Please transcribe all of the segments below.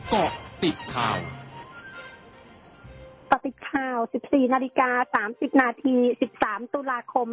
เกาะติดข่าว 14:30 นาที13 ตุลาคม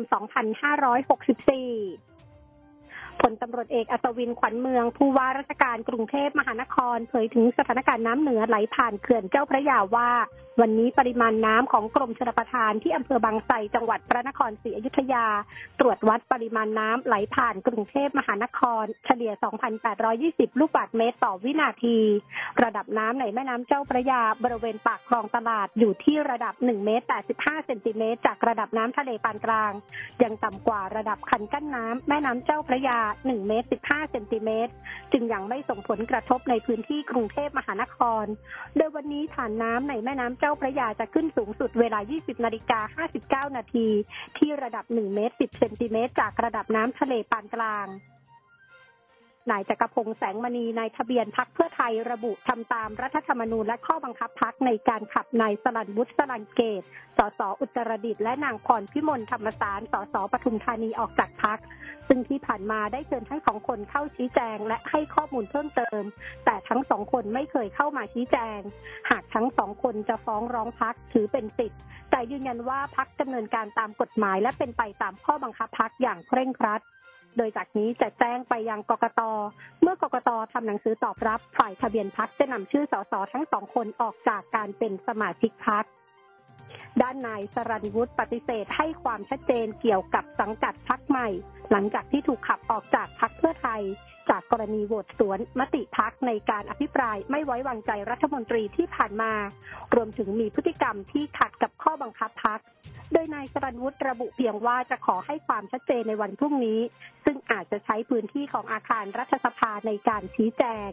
2564พลตำรวจเอกอัศวินขวัญเมืองผู้ว่าราชการกรุงเทพมหานครเผยถึงสถานการณ์น้ำเหนือไหลผ่านเขื่อนเจ้าพระยาว่าวันนี้ปริมาณน้ำของกรมชลประทานที่อำเภอบางไทรจังหวัดพระนครศรีอยุธยาตรวจวัดปริมาณน้ำไหลผ่านกรุงเทพมหานครเฉลี่ย 2,820 ลูกบาศก์เมตรต่อวินาทีระดับน้ำในแม่น้ำเจ้าพระยาบริเวณปากคลองตลาดอยู่ที่ระดับ1 เมตร 85 เซนติเมตรจากระดับน้ำทะเลปานกลางยังต่ำกว่าระดับคันกั้นน้ำแม่น้ำเจ้าพระยา1 เมตร 15 เซนติเมตรจึงยังไม่ส่งผลกระทบในพื้นที่กรุงเทพมหานครโดยวันนี้ฐานน้ำในแม่น้ำเจ้าพระยาจะขึ้นสูงสุดเวลา 20:59 นาทีที่ระดับ1 เมตร 10 เซนติเมตรจากระดับน้ำทะเลปานกลางนายจักรพงษ์แสงมณีนายทะเบียนพรรคเพื่อไทยระบุทำตามรัฐธรรมนูญและข้อบังคับพรรคในการขับนายสลันวุฒิสลันเกตสสอุตรดิตถ์และนางพรพิมลธรรมสารสสปทุมธานีออกจากพรรคซึ่งที่ผ่านมาได้เชิญทั้งสองคนเข้าชี้แจงและให้ข้อมูลเพิ่มเติมแต่ทั้งสองคนไม่เคยเข้ามาชี้แจงหากทั้งสองคนจะฟ้องร้องพรรคถือเป็นสิทธิ์แต่ยืนยันว่าพรรคดำเนินการตามกฎหมายและเป็นไปตามข้อบังคับพรรคอย่างเคร่งครัดโดยจากนี้จะแจ้งไปยังกกต.เมื่อกกต.ทำหนังสือตอบรับฝ่ายทะเบียนพรรคจะนำชื่อสสทั้งสองคนออกจากการเป็นสมาชิกพรรคด้านนายสรัญวุฒิปฏิเสธให้ความชัดเจนเกี่ยวกับสังกัดพรรคใหม่หลังจากที่ถูกขับออกจากพรรคเพื่อไทยจากกรณีโหวตสวนมติพรรคในการอภิปรายไม่ไว้วางใจรัฐมนตรีที่ผ่านมารวมถึงมีพฤติกรรมที่ขัดกับข้อบังคับพรรคโดยนายสรัญวุฒิระบุเพียงว่าจะขอให้ความชัดเจนในวันพรุ่งนี้ซึ่งอาจจะใช้พื้นที่ของอาคารรัฐสภาในการชี้แจง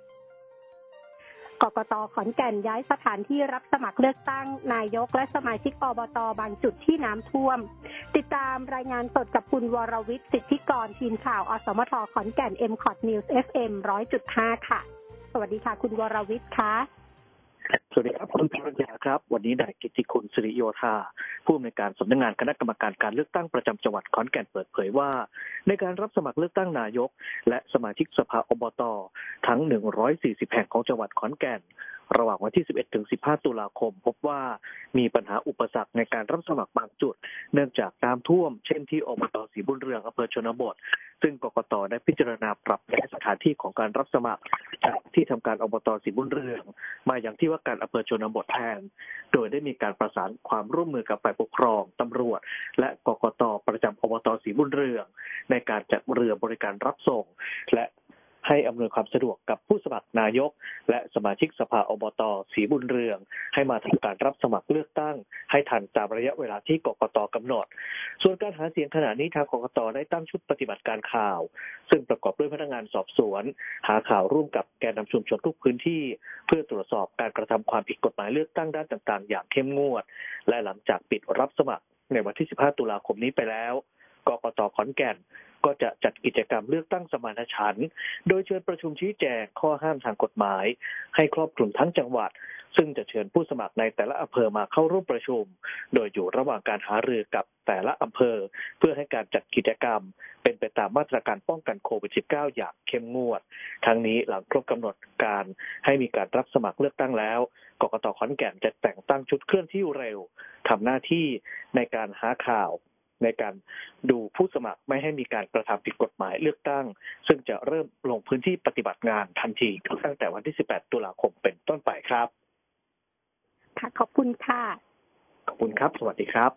กกต.ขอนแก่นย้ายสถานที่รับสมัครเลือกตั้งนายกและสมาชิกอบต.บางจุดที่น้ำท่วมติดตามรายงานสดกับคุณวรวิทย์สิทธิกรทีมข่าวอสมทขอนแก่น MCOT News FM 100.5 ค่ะสวัสดีค่ะคุณวรวิทย์ค่ะสวัสดีครับคุณพิรัญญาครับวันนี้นายกิตติคุณสิริโยธาผู้อำนวยการสำนักงานคณะกรรมการการเลือกตั้งประจำจังหวัดขอนแก่นเปิดเผยว่าในการรับสมัครเลือกตั้งนายกและสมาชิกสภาอบต.ทั้ง140แห่งของจังหวัดขอนแก่นระหว่างวันที่11 ถึง 15 ตุลาคมพบว่ามีปัญหาอุปสรรคในการรับสมัครบางจุดเนื่องจากน้ำท่วมเช่นที่อบต.ศรีบุญเรืองอำเภอชนบทซึ่งกกต.ได้พิจารณาปรับย้ายสถานที่ของการรับสมัครจากที่ทำการอบต.ศรีบุญเรืองมาอย่างที่ว่าการอำเภอชนบทแทนโดยได้มีการประสานความร่วมมือกับฝ่ายปกครองตำรวจและกกต.ประจำอบต.ศรีบุญเรืองในการจัดเรือบริการรับส่งและให้อำนวยความสะดวกกับผู้สมัครนายกและสมาชิกสภาอบต.ศรีบุญเรืองให้มาทำการรับสมัครเลือกตั้งให้ทันตามระยะเวลาที่กกต.กำหนดส่วนการหาเสียงขณะนี้ทางกกต.ได้ตั้งชุดปฏิบัติการข่าวซึ่งประกอบด้วยพนักงานสอบสวนหาข่าวร่วมกับแกนนำชุมชนทุกพื้นที่เพื่อตรวจสอบการกระทำความผิดกฎหมายเลือกตั้งด้านต่างๆอย่างเข้มงวดและหลังจากปิดรับสมัครในวันที่ 15 ตุลาคมนี้ไปแล้วกกต.ขอนแก่นก็จะจัดกิจกรรมเลือกตั้งสมานฉันท์โดยเชิญประชุมชี้แจงข้อห้ามทางกฎหมายให้ครอบคลุมทั้งจังหวัดซึ่งจะเชิญผู้สมัครในแต่ละอำเภอมาเข้าร่วมประชุมโดยอยู่ระหว่างการหารือกับแต่ละอำเภอเพื่อให้การจัดกิจกรรมเป็นไปตามมาตรการป้องกันโควิด -19 อย่างเข้มงวดทั้งนี้หลังครบกำหนดการให้มีการรับสมัครเลือกตั้งแล้วกกต.ขอนแก่นจะแต่งตั้งชุดเคลื่อนที่เร็วทำหน้าที่ในการหาข่าวในการดูผู้สมัครไม่ให้มีการกระทำผิดกฎหมายเลือกตั้งซึ่งจะเริ่มลงพื้นที่ปฏิบัติงานทันทีตั้งแต่วันที่ 18 ตุลาคมเป็นต้นไปครับค่ะขอบคุณค่ะขอบคุณครับสวัสดีครับ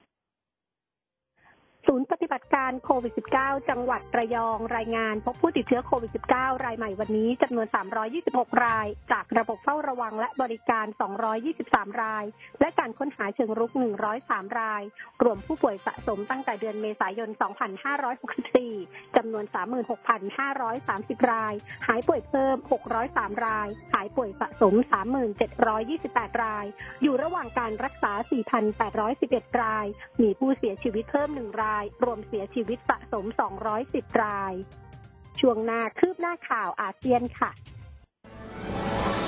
ศูนย์ปฏิบัติการโควิด -19 จังหวัดระยองรายงานพบผู้ติดเชื้อโควิด -19 รายใหม่วันนี้จำนวน326รายจากระบบเฝ้าระวังและบริการ223รายและการค้นหาเชิงรุก103รายรวมผู้ป่วยสะสมตั้งแต่เดือนเมษายน2564จำนวน 36,530 รายหายป่วยเพิ่ม603รายหายป่วยสะสม 3728 รายอยู่ระหว่างการรักษา 4,811 รายมีผู้เสียชีวิตเพิ่ม1รายรวมเสียชีวิตสะสม210รายช่วงหน้าคืบหน้าข่าวอาเซียนค่ะ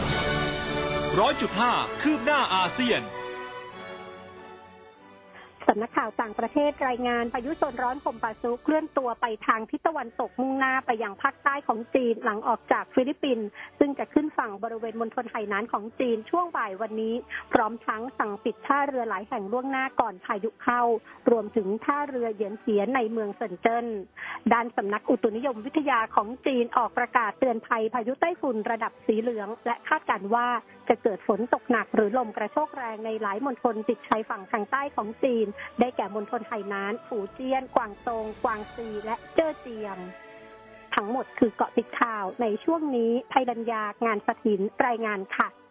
100.5 คืบหน้าอาเซียนสำนักข่าวต่างประเทศรายงานพายุโซนร้อนคมปาซุเคลื่อนตัวไปทางทิศตะวันตกมุ่งหน้าไปยังภาคใต้ของจีนหลังออกจากฟิลิปปินส์ซึ่งจะขึ้นฝั่งบริเวณมณฑลไหหนานของจีนช่วงบ่ายวันนี้พร้อมทั้งสั่งปิดท่าเรือหลายแห่งล่วงหน้าก่อนพายุเข้ารวมถึงท่าเรือเหยียนเสียในเมืองเซินเจิ้นด้านสำนักอุตุนิยมวิทยาของจีนออกประกาศเตือนภัยพายุไต้ฝุ่นระดับสีเหลืองและคาดการณ์ว่าจะเกิดฝนตกหนักหรือลมกระโชกแรงในหลายมณฑลติดชายฝั่งทางใต้ของจีนได้แก่มณฑลไหหนานฝูเจี้ยนกวางโจวกวางซีและเจ้อเจียงทั้งหมดคือเกาะติดข่าวในช่วงนี้ไพรัญญางานสถินรายงานค่ะ